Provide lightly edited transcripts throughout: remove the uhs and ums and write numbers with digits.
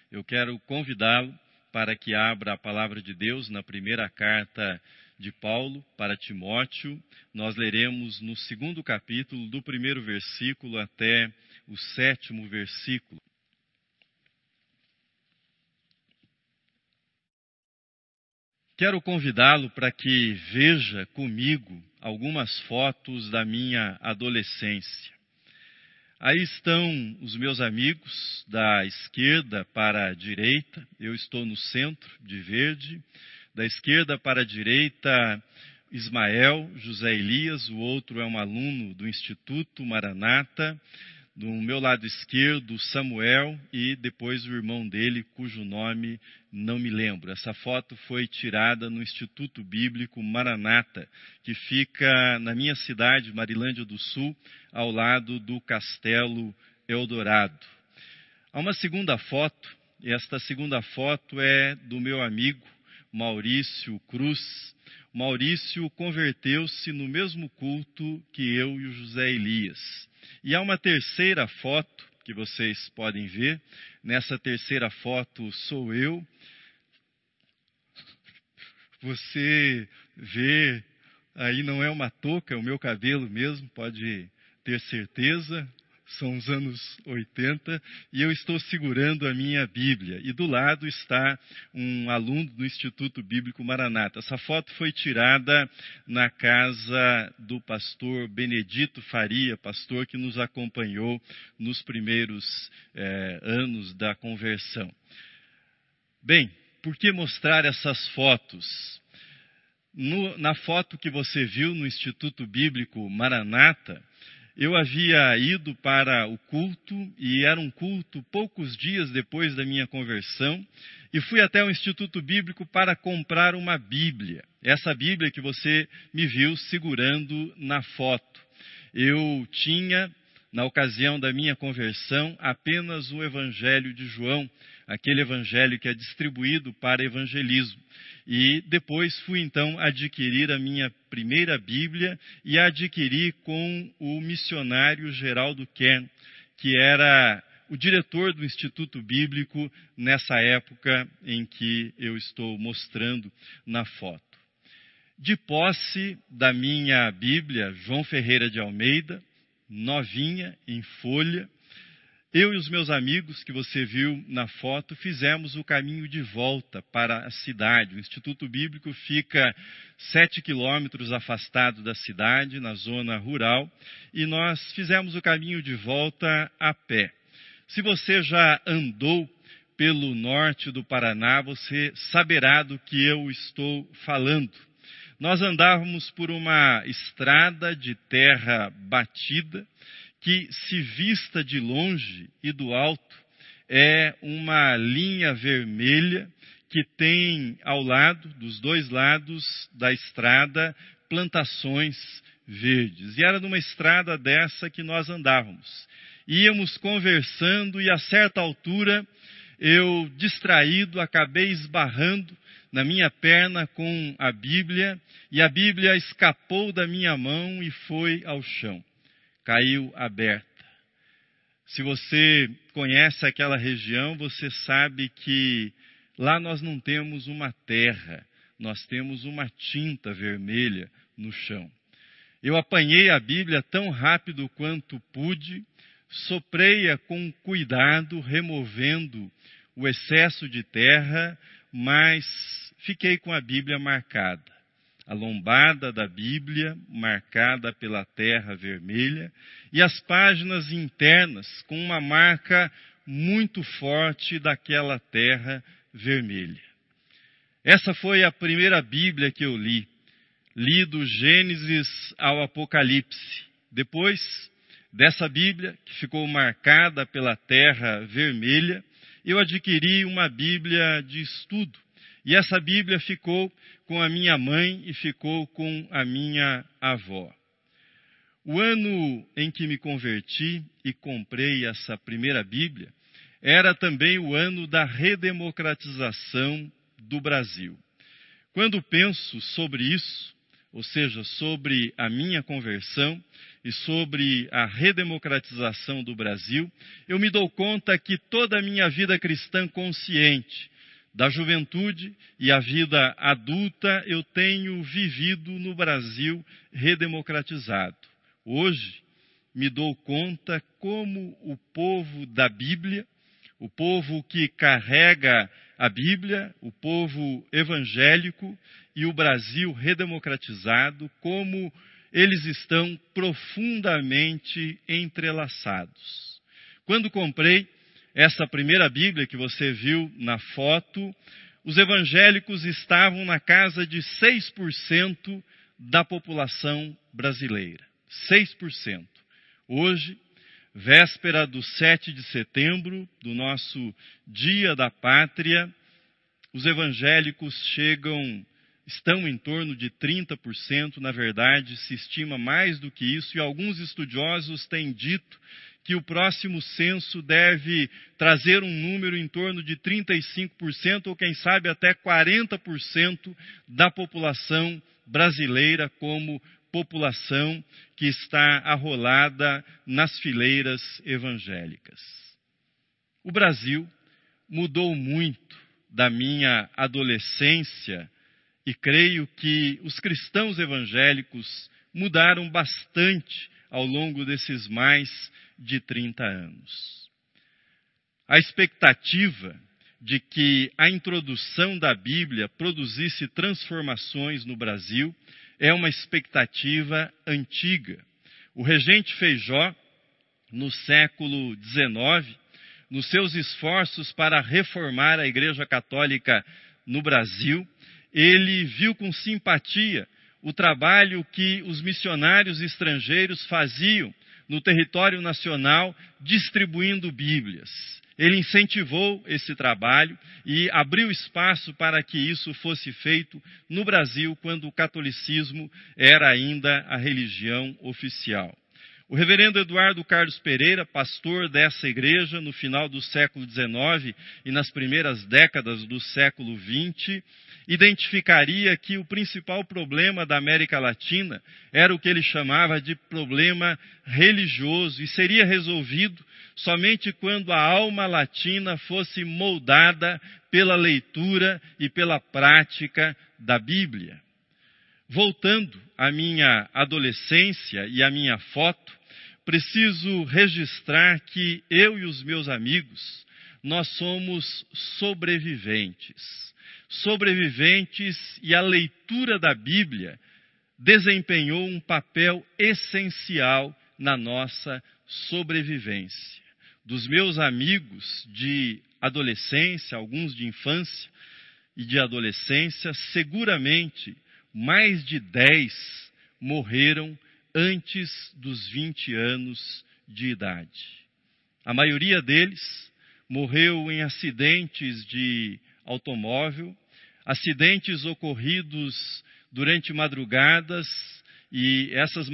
Eu quero convidá-lo para que abra a palavra de Deus na primeira carta de Paulo para Timóteo. Nós leremos no 2º capítulo, do 1º versículo até o 7º versículo. Quero convidá-lo para que veja comigo algumas fotos da minha adolescência. Aí estão os meus amigos, da esquerda para a direita. Eu estou no centro, de verde. Da esquerda para a direita, Ismael, José Elias, o outro é um aluno do Instituto Maranata. Do meu lado esquerdo, Samuel, e depois o irmão dele, cujo nome não me lembro. Essa foto foi tirada no Instituto Bíblico Maranata, que fica na minha cidade, Marilândia do Sul, ao lado do Castelo Eldorado. Há uma segunda foto, e esta segunda foto é do meu amigo Maurício Cruz. Maurício converteu-se no mesmo culto que eu e o José Elias. E há uma terceira foto que vocês podem ver. Nessa terceira foto sou eu. Você vê, aí não é uma touca, é o meu cabelo mesmo, pode ter certeza. São os anos 80, e eu estou segurando a minha Bíblia. E do lado está um aluno do Instituto Bíblico Maranata. Essa foto foi tirada na casa do pastor Benedito Faria, pastor que nos acompanhou nos primeiros anos da conversão. Bem, por que mostrar essas fotos? Na foto que você viu no Instituto Bíblico Maranata, eu havia ido para o culto, e era um culto poucos dias depois da minha conversão, e fui até o Instituto Bíblico para comprar uma Bíblia. Essa Bíblia que você me viu segurando na foto. Eu tinha, na ocasião da minha conversão, apenas o Evangelho de João, aquele evangelho que é distribuído para evangelismo. E depois fui então adquirir a minha primeira Bíblia, e a adquiri com o missionário Geraldo Kern, que era o diretor do Instituto Bíblico nessa época em que eu estou mostrando na foto. De posse da minha Bíblia, João Ferreira de Almeida, novinha, em folha, eu e os meus amigos, que você viu na foto, fizemos o caminho de volta para a cidade. O Instituto Bíblico fica 7 quilômetros afastado da cidade, na zona rural, e nós fizemos o caminho de volta a pé. Se você já andou pelo norte do Paraná, você saberá do que eu estou falando. Nós andávamos por uma estrada de terra batida, que, se vista de longe e do alto, é uma linha vermelha que tem ao lado, dos dois lados da estrada, plantações verdes. E era numa estrada dessa que nós andávamos. Íamos conversando e, a certa altura, eu, distraído, acabei esbarrando na minha perna com a Bíblia, e a Bíblia escapou da minha mão e foi ao chão. Caiu aberta. Se você conhece aquela região, você sabe que lá nós não temos uma terra, nós temos uma tinta vermelha no chão. Eu apanhei a Bíblia tão rápido quanto pude, soprei-a com cuidado, removendo o excesso de terra, mas fiquei com a Bíblia marcada. A lombada da Bíblia marcada pela terra vermelha, e as páginas internas com uma marca muito forte daquela terra vermelha. Essa foi a primeira Bíblia que eu li. Li do Gênesis ao Apocalipse. Depois dessa Bíblia, que ficou marcada pela terra vermelha, eu adquiri uma Bíblia de estudo. E essa Bíblia ficou com a minha mãe e ficou com a minha avó. O ano em que me converti e comprei essa primeira Bíblia era também o ano da redemocratização do Brasil. Quando penso sobre isso, ou seja, sobre a minha conversão, e sobre a redemocratização do Brasil, eu me dou conta que toda a minha vida cristã consciente, da juventude e a vida adulta, eu tenho vivido no Brasil redemocratizado. Hoje, me dou conta como o povo da Bíblia, o povo que carrega a Bíblia, o povo evangélico e o Brasil redemocratizado, como eles estão profundamente entrelaçados. Quando comprei essa primeira Bíblia que você viu na foto, os evangélicos estavam na casa de 6% da população brasileira. 6%. Hoje, véspera do 7 de setembro, do nosso Dia da Pátria, os evangélicos estão em torno de 30%, na verdade, se estima mais do que isso, e alguns estudiosos têm dito que o próximo censo deve trazer um número em torno de 35%, ou quem sabe até 40% da população brasileira como população que está arrolada nas fileiras evangélicas. O Brasil mudou muito da minha adolescência e creio que os cristãos evangélicos mudaram bastante ao longo desses mais de 30 anos. A expectativa de que a introdução da Bíblia produzisse transformações no Brasil é uma expectativa antiga. O regente Feijó, no século XIX, nos seus esforços para reformar a Igreja Católica no Brasil, ele viu com simpatia o trabalho que os missionários estrangeiros faziam no território nacional, distribuindo Bíblias. Ele incentivou esse trabalho e abriu espaço para que isso fosse feito no Brasil, quando o catolicismo era ainda a religião oficial. O reverendo Eduardo Carlos Pereira, pastor dessa igreja no final do século XIX e nas primeiras décadas do século XX, identificaria que o principal problema da América Latina era o que ele chamava de problema religioso e seria resolvido somente quando a alma latina fosse moldada pela leitura e pela prática da Bíblia. Voltando à minha adolescência e à minha foto, preciso registrar que eu e os meus amigos, nós somos sobreviventes. Sobreviventes, e a leitura da Bíblia desempenhou um papel essencial na nossa sobrevivência. Dos meus amigos de adolescência, alguns de infância e de adolescência, seguramente mais de 10 morreram antes dos 20 anos de idade. A maioria deles morreu em acidentes de automóvel, acidentes ocorridos durante madrugadas, e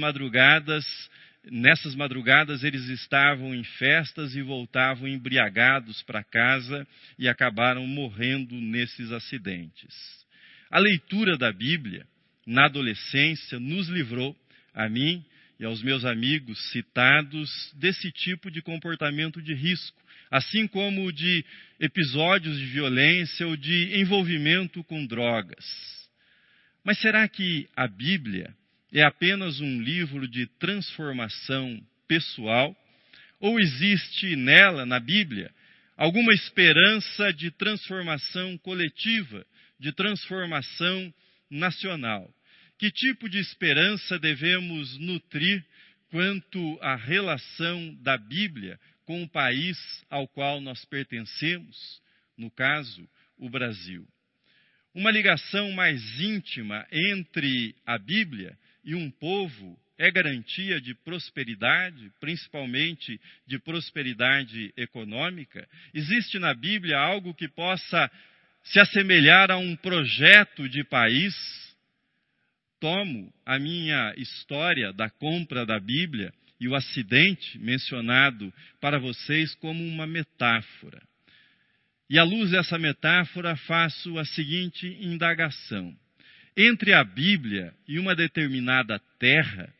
nessas madrugadas eles estavam em festas e voltavam embriagados para casa e acabaram morrendo nesses acidentes. A leitura da Bíblia na adolescência nos livrou, a mim e aos meus amigos citados, desse tipo de comportamento de risco, assim como de episódios de violência ou de envolvimento com drogas. Mas será que a Bíblia é apenas um livro de transformação pessoal? Ou existe nela, na Bíblia, alguma esperança de transformação coletiva, de transformação nacional? Que tipo de esperança devemos nutrir quanto à relação da Bíblia com o país ao qual nós pertencemos, no caso, o Brasil? Uma ligação mais íntima entre a Bíblia e um povo é garantia de prosperidade, principalmente de prosperidade econômica? Existe na Bíblia algo que possa se assemelhar a um projeto de país? Tomo a minha história da compra da Bíblia e o acidente mencionado para vocês como uma metáfora. E à luz dessa metáfora faço a seguinte indagação. Entre a Bíblia e uma determinada terra,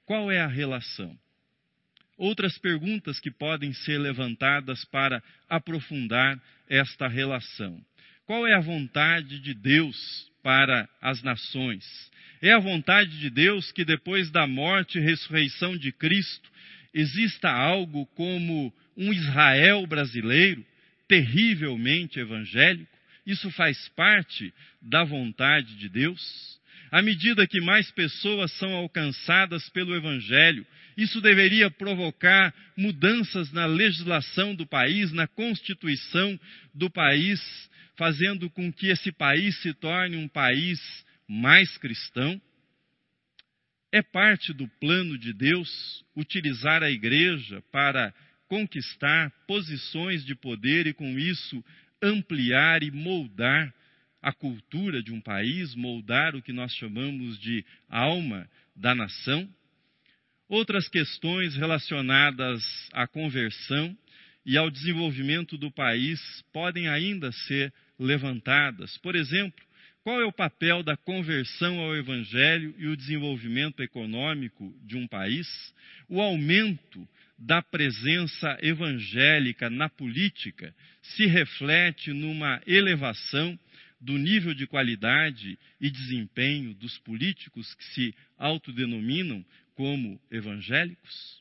Qual é a relação? Outras perguntas que podem ser levantadas para aprofundar esta relação. Qual é a vontade de Deus para as nações? É a vontade de Deus que depois da morte e ressurreição de Cristo exista algo como um Israel brasileiro, terrivelmente evangélico? Isso faz parte da vontade de Deus? À medida que mais pessoas são alcançadas pelo Evangelho, isso deveria provocar mudanças na legislação do país, na Constituição do país, fazendo com que esse país se torne um país mais cristão? É parte do plano de Deus utilizar a igreja para conquistar posições de poder e, com isso, ampliar e moldar a cultura de um país, moldar o que nós chamamos de alma da nação? Outras questões relacionadas à conversão e ao desenvolvimento do país podem ainda ser levantadas. Por exemplo, qual é o papel da conversão ao Evangelho e o desenvolvimento econômico de um país? O aumento da presença evangélica na política se reflete numa elevação do nível de qualidade e desempenho dos políticos que se autodenominam como evangélicos?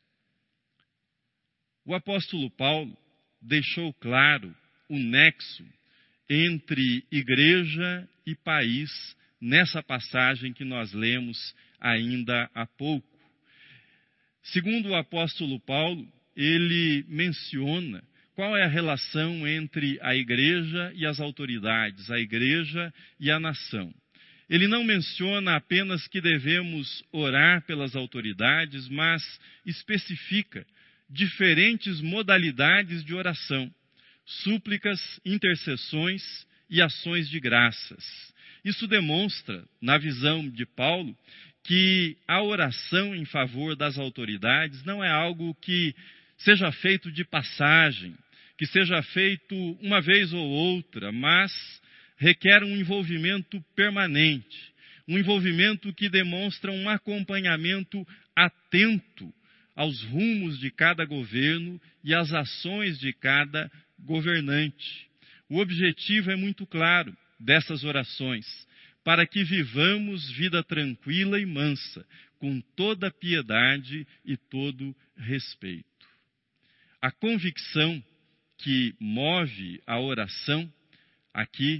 O apóstolo Paulo deixou claro o nexo entre igreja e país nessa passagem que nós lemos ainda há pouco. Segundo o apóstolo Paulo, ele menciona qual é a relação entre a igreja e as autoridades, a igreja e a nação. Ele não menciona apenas que devemos orar pelas autoridades, mas especifica diferentes modalidades de oração: súplicas, intercessões e ações de graças. Isso demonstra, na visão de Paulo, que a oração em favor das autoridades não é algo que seja feito de passagem, que seja feito uma vez ou outra, mas requer um envolvimento permanente, um envolvimento que demonstra um acompanhamento atento aos rumos de cada governo e às ações de cada governante. O objetivo é muito claro dessas orações: para que vivamos vida tranquila e mansa, com toda piedade e todo respeito. A convicção que move a oração, aqui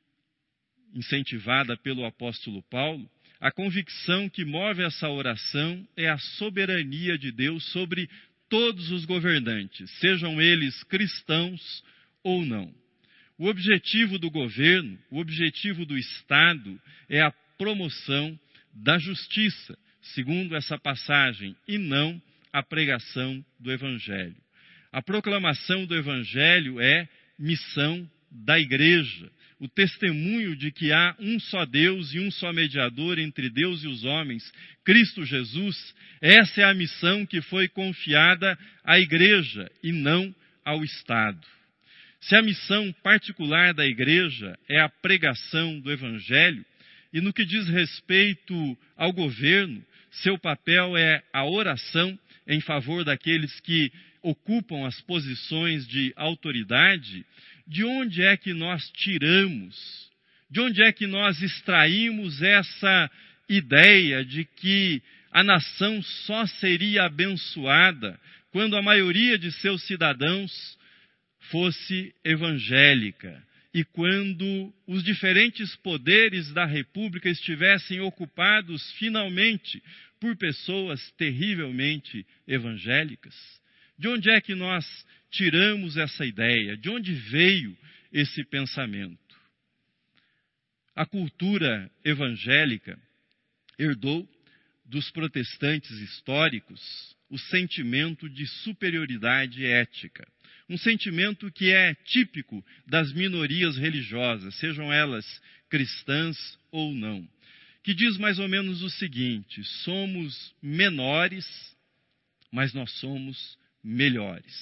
incentivada pelo apóstolo Paulo, a convicção que move essa oração é a soberania de Deus sobre todos os governantes, sejam eles cristãos ou não. O objetivo do governo, o objetivo do Estado é a promoção da justiça, segundo essa passagem, e não a pregação do Evangelho. A proclamação do Evangelho é missão da igreja, o testemunho de que há um só Deus e um só mediador entre Deus e os homens, Cristo Jesus. Essa é a missão que foi confiada à igreja e não ao Estado. Se a missão particular da igreja é a pregação do Evangelho, e no que diz respeito ao governo, seu papel é a oração em favor daqueles que ocupam as posições de autoridade, de onde é que nós tiramos, de onde é que nós extraímos essa ideia de que a nação só seria abençoada quando a maioria de seus cidadãos fosse evangélica e quando os diferentes poderes da República estivessem ocupados finalmente por pessoas terrivelmente evangélicas? De onde é que nós tiramos essa ideia? De onde veio esse pensamento? A cultura evangélica herdou dos protestantes históricos o sentimento de superioridade ética. Um sentimento que é típico das minorias religiosas, sejam elas cristãs ou não, que diz mais ou menos o seguinte: somos menores, mas nós somos melhores.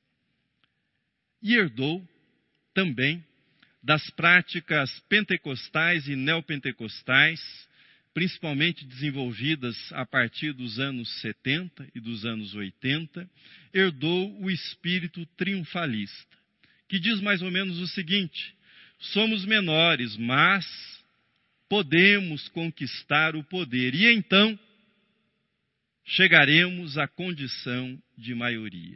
E herdou também das práticas pentecostais e neopentecostais principalmente desenvolvidas a partir dos anos 70 e dos anos 80, herdou o espírito triunfalista, que diz mais ou menos o seguinte: somos menores, mas podemos conquistar o poder, e então chegaremos à condição de maioria.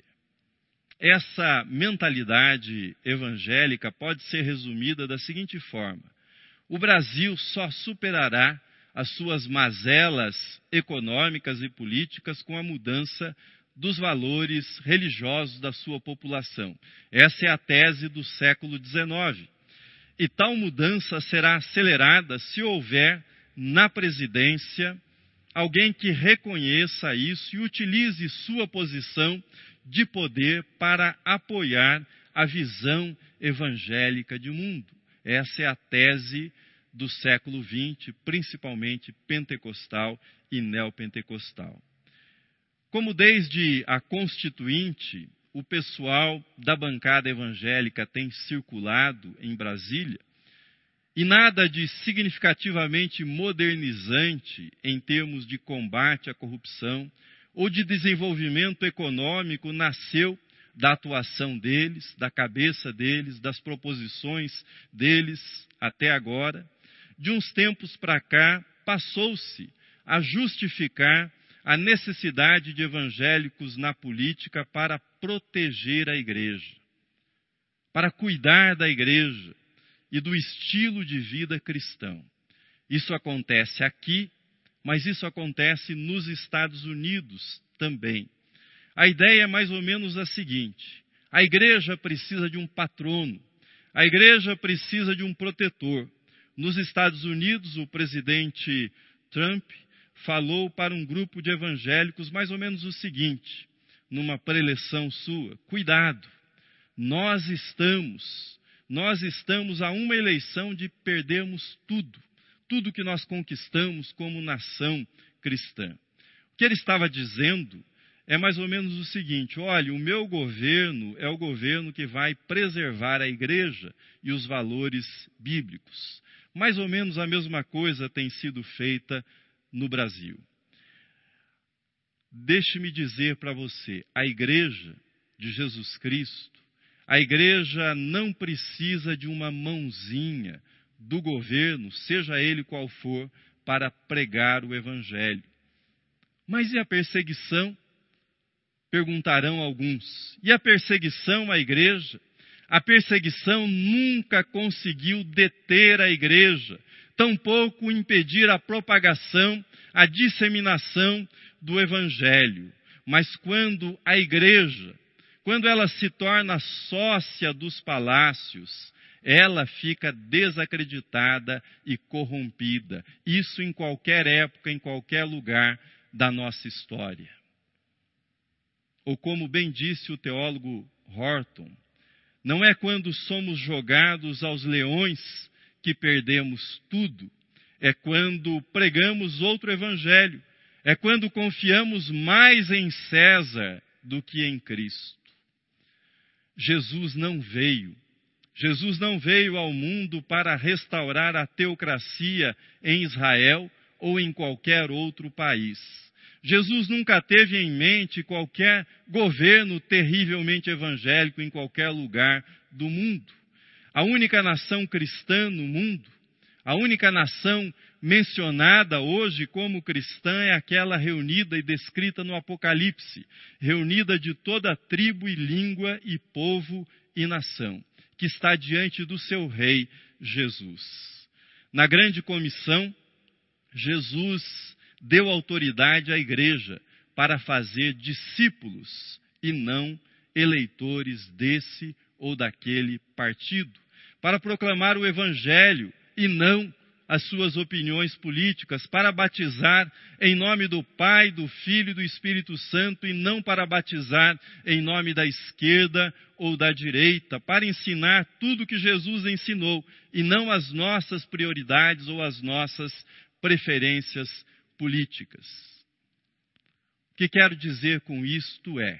Essa mentalidade evangélica pode ser resumida da seguinte forma: o Brasil só superará as suas mazelas econômicas e políticas com a mudança dos valores religiosos da sua população. Essa é a tese do século XIX. E tal mudança será acelerada se houver na presidência alguém que reconheça isso e utilize sua posição de poder para apoiar a visão evangélica de mundo. Essa é a tese do século XX, principalmente pentecostal e neopentecostal. Como desde a Constituinte, o pessoal da bancada evangélica tem circulado em Brasília, e nada de significativamente modernizante em termos de combate à corrupção ou de desenvolvimento econômico nasceu da atuação deles, da cabeça deles, das proposições deles até agora. De uns tempos para cá, passou-se a justificar a necessidade de evangélicos na política para proteger a igreja, para cuidar da igreja e do estilo de vida cristão. Isso acontece aqui, mas isso acontece nos Estados Unidos também. A ideia é mais ou menos a seguinte: a igreja precisa de um patrono, a igreja precisa de um protetor. Nos Estados Unidos, o presidente Trump falou para um grupo de evangélicos mais ou menos o seguinte, numa preleção sua: cuidado, nós estamos a uma eleição de perdermos tudo que nós conquistamos como nação cristã. O que ele estava dizendo é mais ou menos o seguinte: olha, o meu governo é o governo que vai preservar a igreja e os valores bíblicos. Mais ou menos a mesma coisa tem sido feita no Brasil. Deixe-me dizer para você, a igreja de Jesus Cristo, a igreja não precisa de uma mãozinha do governo, seja ele qual for, para pregar o evangelho. Mas e a perseguição? Perguntarão alguns. E a perseguição à igreja? A perseguição nunca conseguiu deter a igreja, tampouco impedir a propagação, a disseminação do evangelho. Mas quando a igreja, quando ela se torna sócia dos palácios, ela fica desacreditada e corrompida. Isso em qualquer época, em qualquer lugar da nossa história. Ou como bem disse o teólogo Horton, não é quando somos jogados aos leões que perdemos tudo, é quando pregamos outro evangelho, é quando confiamos mais em César do que em Cristo. Jesus não veio ao mundo para restaurar a teocracia em Israel ou em qualquer outro país. Jesus nunca teve em mente qualquer governo terrivelmente evangélico em qualquer lugar do mundo. A única nação cristã no mundo, a única nação mencionada hoje como cristã é aquela reunida e descrita no Apocalipse, reunida de toda tribo e língua e povo e nação, que está diante do seu rei Jesus. Na grande comissão, Jesus deu autoridade à igreja para fazer discípulos e não eleitores desse ou daquele partido, para proclamar o evangelho e não as suas opiniões políticas, para batizar em nome do Pai, do Filho e do Espírito Santo e não para batizar em nome da esquerda ou da direita, para ensinar tudo que Jesus ensinou e não as nossas prioridades ou as nossas preferências políticas. O que quero dizer com isto é,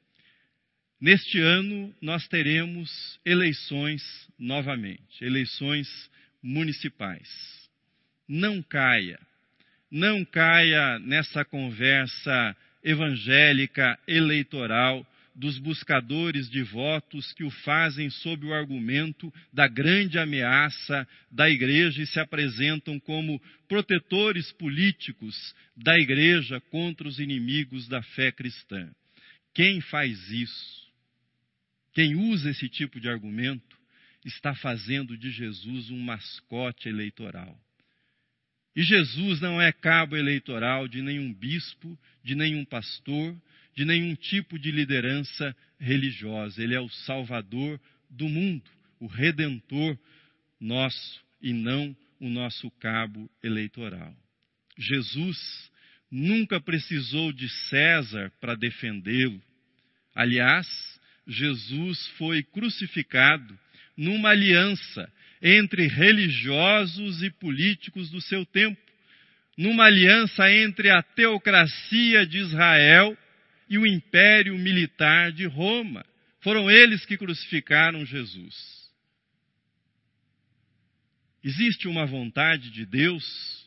neste ano nós teremos eleições novamente, eleições municipais. Não caia não caia nessa conversa evangélica eleitoral dos buscadores de votos que o fazem sob o argumento da grande ameaça da igreja e se apresentam como protetores políticos da igreja contra os inimigos da fé cristã. Quem faz isso, quem usa esse tipo de argumento, está fazendo de Jesus um mascote eleitoral. E Jesus não é cabo eleitoral de nenhum bispo, de nenhum pastor, de nenhum tipo de liderança religiosa. Ele é o Salvador do mundo, o Redentor nosso e não o nosso cabo eleitoral. Jesus nunca precisou de César para defendê-lo. Aliás, Jesus foi crucificado numa aliança entre religiosos e políticos do seu tempo, numa aliança entre a teocracia de Israel e o império militar de Roma. Foram eles que crucificaram Jesus. Existe uma vontade de Deus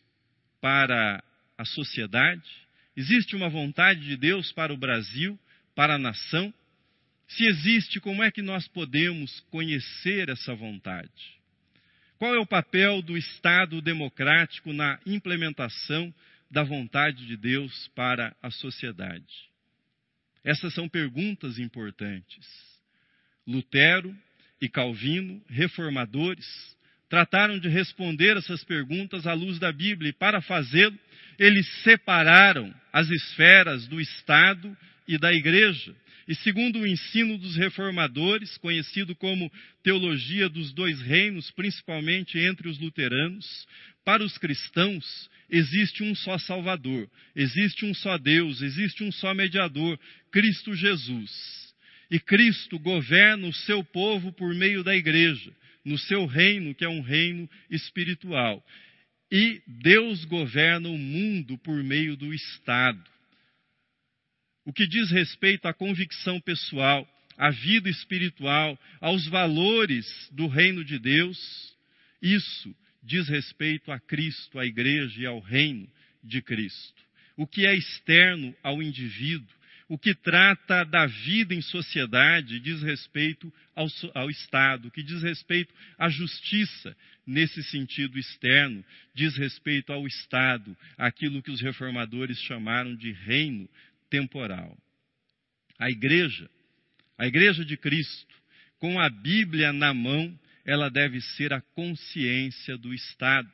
para a sociedade? Existe uma vontade de Deus para o Brasil, para a nação? Se existe, como é que nós podemos conhecer essa vontade? Qual é o papel do Estado democrático na implementação da vontade de Deus para a sociedade? Essas são perguntas importantes. Lutero e Calvino, reformadores, trataram de responder essas perguntas à luz da Bíblia, e para fazê-lo, eles separaram as esferas do Estado e da Igreja. E segundo o ensino dos reformadores, conhecido como teologia dos dois reinos, principalmente entre os luteranos, para os cristãos existe um só Salvador, existe um só Deus, existe um só mediador, Cristo Jesus. E Cristo governa o seu povo por meio da igreja, no seu reino, que é um reino espiritual. E Deus governa o mundo por meio do Estado. O que diz respeito à convicção pessoal, à vida espiritual, aos valores do reino de Deus, isso diz respeito a Cristo, à igreja e ao reino de Cristo. O que é externo ao indivíduo, o que trata da vida em sociedade, diz respeito ao Estado, o que diz respeito à justiça, nesse sentido externo, diz respeito ao Estado, aquilo que os reformadores chamaram de reino temporal. A igreja de Cristo, com a Bíblia na mão, ela deve ser a consciência do Estado.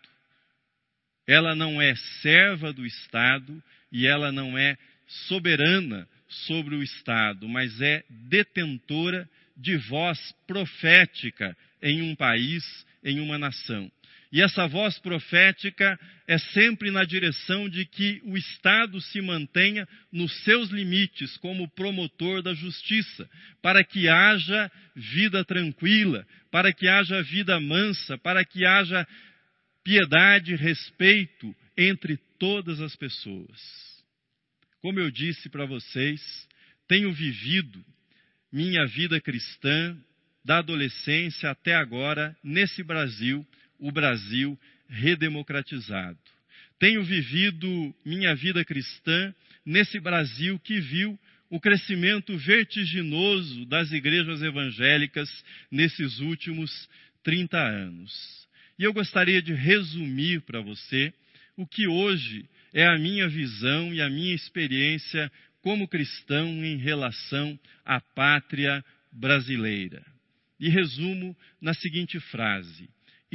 Ela não é serva do Estado e ela não é soberana sobre o Estado, mas é detentora de voz profética em um país, em uma nação. E essa voz profética é sempre na direção de que o Estado se mantenha nos seus limites como promotor da justiça, para que haja vida tranquila, para que haja vida mansa, para que haja piedade e respeito entre todas as pessoas. Como eu disse para vocês, tenho vivido minha vida cristã da adolescência até agora nesse Brasil, o Brasil redemocratizado. Tenho vivido minha vida cristã nesse Brasil que viu o crescimento vertiginoso das igrejas evangélicas nesses últimos 30 anos. E eu gostaria de resumir para você o que hoje é a minha visão e a minha experiência como cristão em relação à pátria brasileira. E resumo na seguinte frase: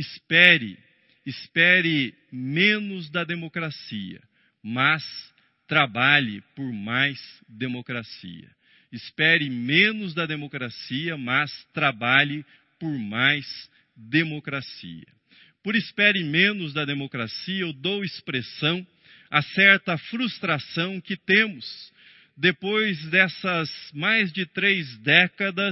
espere menos da democracia, mas trabalhe por mais democracia. Espere menos da democracia, mas trabalhe por mais democracia. Por espere menos da democracia, eu dou expressão a certa frustração que temos depois dessas mais de 3 décadas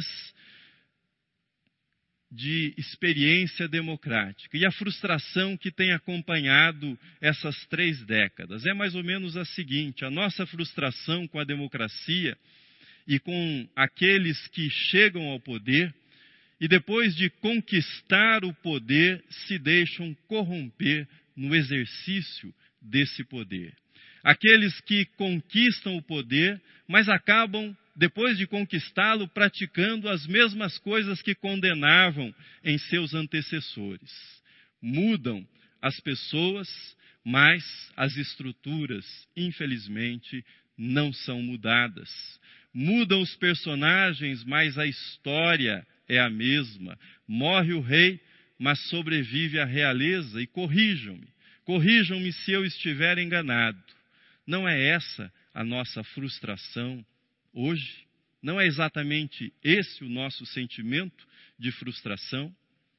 de experiência democrática. E a frustração que tem acompanhado essas 3 décadas é mais ou menos a seguinte: a nossa frustração com a democracia e com aqueles que chegam ao poder e depois de conquistar o poder se deixam corromper no exercício desse poder. Aqueles que conquistam o poder, mas acabam, depois de conquistá-lo, praticando as mesmas coisas que condenavam em seus antecessores. Mudam as pessoas, mas as estruturas, infelizmente, não são mudadas. Mudam os personagens, mas a história é a mesma. Morre o rei, mas sobrevive a realeza. E corrijam-me se eu estiver enganado. Não é essa a nossa frustração hoje? Não é exatamente esse o nosso sentimento de frustração?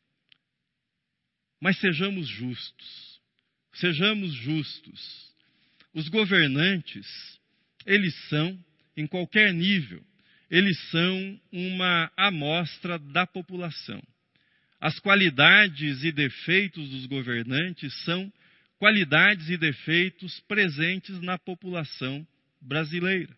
Mas sejamos justos. Sejamos justos. Os governantes, eles são, em qualquer nível, eles são uma amostra da população. As qualidades e defeitos dos governantes são qualidades e defeitos presentes na população brasileira.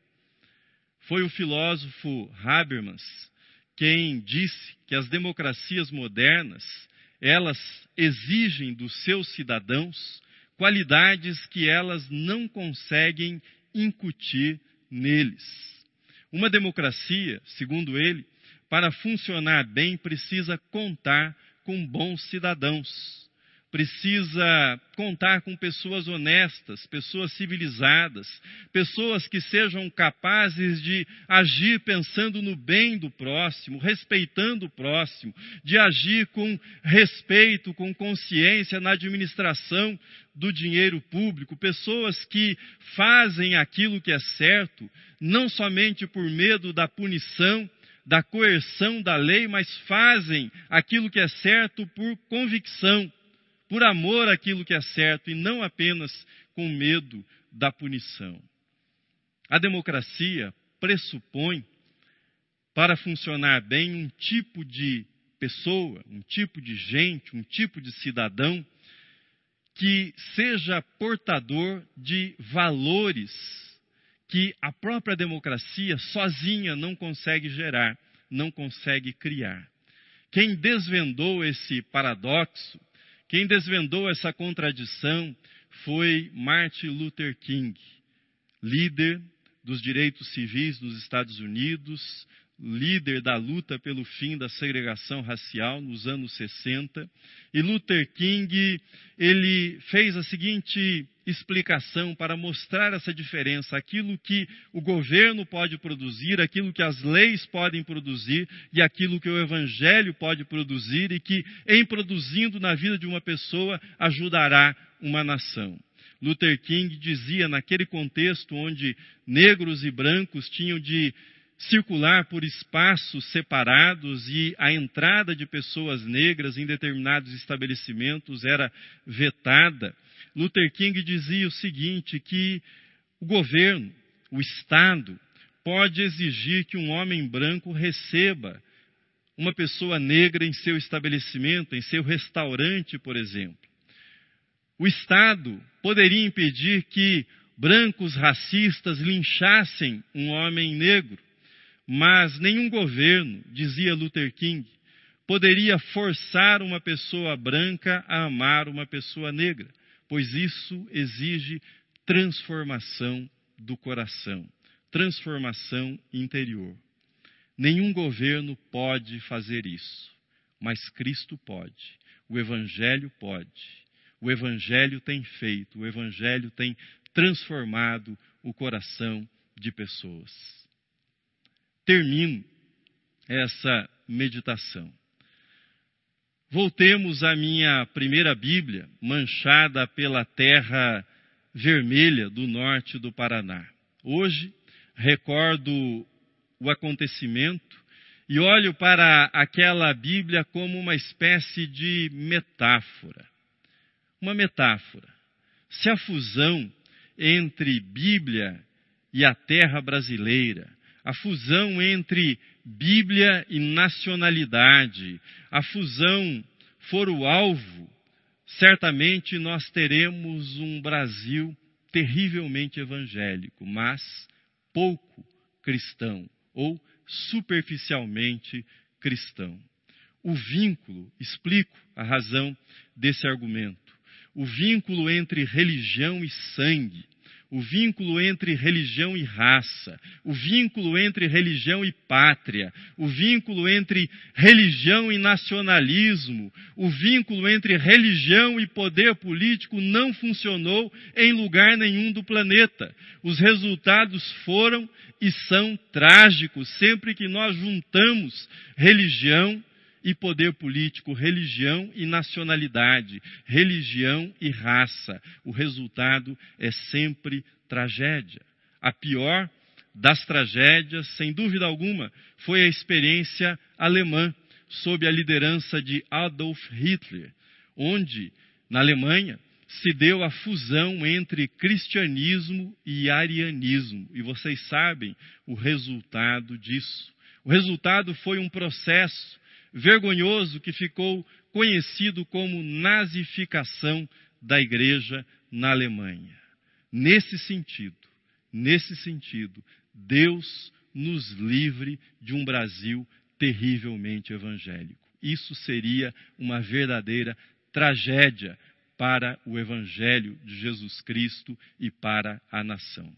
Foi o filósofo Habermas quem disse que as democracias modernas, elas exigem dos seus cidadãos qualidades que elas não conseguem incutir neles. Uma democracia, segundo ele, para funcionar bem, precisa contar com bons cidadãos. Precisa contar com pessoas honestas, pessoas civilizadas, pessoas que sejam capazes de agir pensando no bem do próximo, respeitando o próximo, de agir com respeito, com consciência na administração do dinheiro público, pessoas que fazem aquilo que é certo, não somente por medo da punição, da coerção da lei, mas fazem aquilo que é certo por convicção, por amor àquilo que é certo e não apenas com medo da punição. A democracia pressupõe, para funcionar bem, um tipo de pessoa, um tipo de gente, um tipo de cidadão que seja portador de valores que a própria democracia sozinha não consegue gerar, não consegue criar. Quem desvendou esse paradoxo, quem desvendou essa contradição foi Martin Luther King, líder dos direitos civis nos Estados Unidos, líder da luta pelo fim da segregação racial nos anos 60. E Luther King, ele fez a seguinte explicação para mostrar essa diferença, aquilo que o governo pode produzir, aquilo que as leis podem produzir e aquilo que o evangelho pode produzir e que, em produzindo na vida de uma pessoa, ajudará uma nação. Luther King dizia, naquele contexto onde negros e brancos tinham de circular por espaços separados e a entrada de pessoas negras em determinados estabelecimentos era vetada, Luther King dizia o seguinte, que o governo, o Estado, pode exigir que um homem branco receba uma pessoa negra em seu estabelecimento, em seu restaurante, por exemplo. O Estado poderia impedir que brancos racistas linchassem um homem negro, mas nenhum governo, dizia Luther King, poderia forçar uma pessoa branca a amar uma pessoa negra, pois isso exige transformação do coração, transformação interior. Nenhum governo pode fazer isso, mas Cristo pode, o Evangelho pode. O Evangelho tem feito, o Evangelho tem transformado o coração de pessoas. Termino essa meditação. Voltemos à minha primeira Bíblia, manchada pela terra vermelha do norte do Paraná. Hoje, recordo o acontecimento e olho para aquela Bíblia como uma espécie de metáfora. Uma metáfora. Se a fusão entre Bíblia e a terra brasileira, a fusão entre Bíblia e nacionalidade, a fusão for o alvo, certamente nós teremos um Brasil terrivelmente evangélico, mas pouco cristão, ou superficialmente cristão. O vínculo, explico a razão desse argumento. o vínculo entre religião e sangue, o vínculo entre religião e raça, o vínculo entre religião e pátria, o vínculo entre religião e nacionalismo, o vínculo entre religião e poder político não funcionou em lugar nenhum do planeta. Os resultados foram e são trágicos sempre que nós juntamos religião e poder político, religião e nacionalidade, religião e raça. O resultado é sempre tragédia. A pior das tragédias, sem dúvida alguma, foi a experiência alemã, sob a liderança de Adolf Hitler, onde, na Alemanha, se deu a fusão entre cristianismo e arianismo. E vocês sabem o resultado disso. O resultado foi um processo vergonhoso que ficou conhecido como nazificação da igreja na Alemanha. Nesse sentido, Deus nos livre de um Brasil terrivelmente evangélico. Isso seria uma verdadeira tragédia para o Evangelho de Jesus Cristo e para a nação.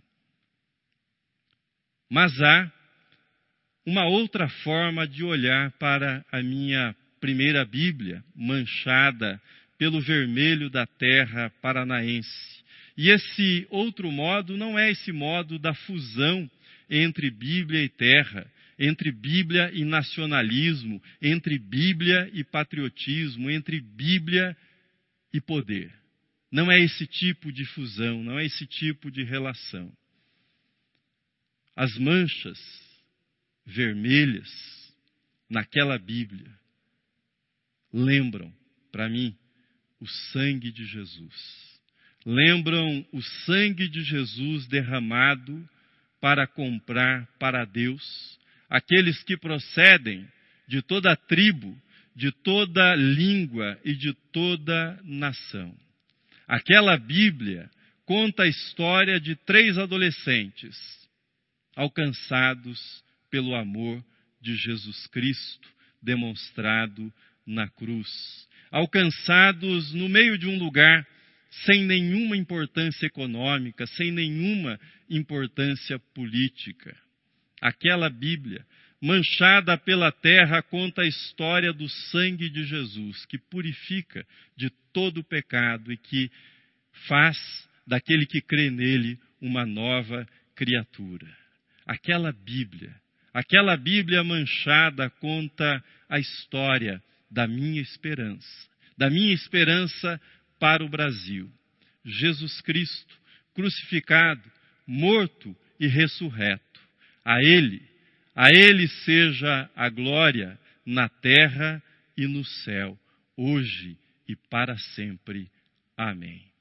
Mas há uma outra forma de olhar para a minha primeira Bíblia, manchada pelo vermelho da terra paranaense. E esse outro modo não é esse modo da fusão entre Bíblia e terra, entre Bíblia e nacionalismo, entre Bíblia e patriotismo, entre Bíblia e poder. Não é esse tipo de fusão, não é esse tipo de relação. As manchas vermelhas naquela Bíblia lembram, para mim, o sangue de Jesus. Lembram o sangue de Jesus derramado para comprar para Deus aqueles que procedem de toda tribo, de toda língua e de toda nação. Aquela Bíblia conta a história de 3 adolescentes alcançados pelo amor de Jesus Cristo, demonstrado na cruz. Alcançados no meio de um lugar sem nenhuma importância econômica, sem nenhuma importância política. Aquela Bíblia, manchada pela terra, conta a história do sangue de Jesus, que purifica de todo o pecado e que faz daquele que crê nele uma nova criatura. Aquela Bíblia manchada conta a história da minha esperança para o Brasil. Jesus Cristo, crucificado, morto e ressurreto. A Ele seja a glória na terra e no céu, hoje e para sempre. Amém.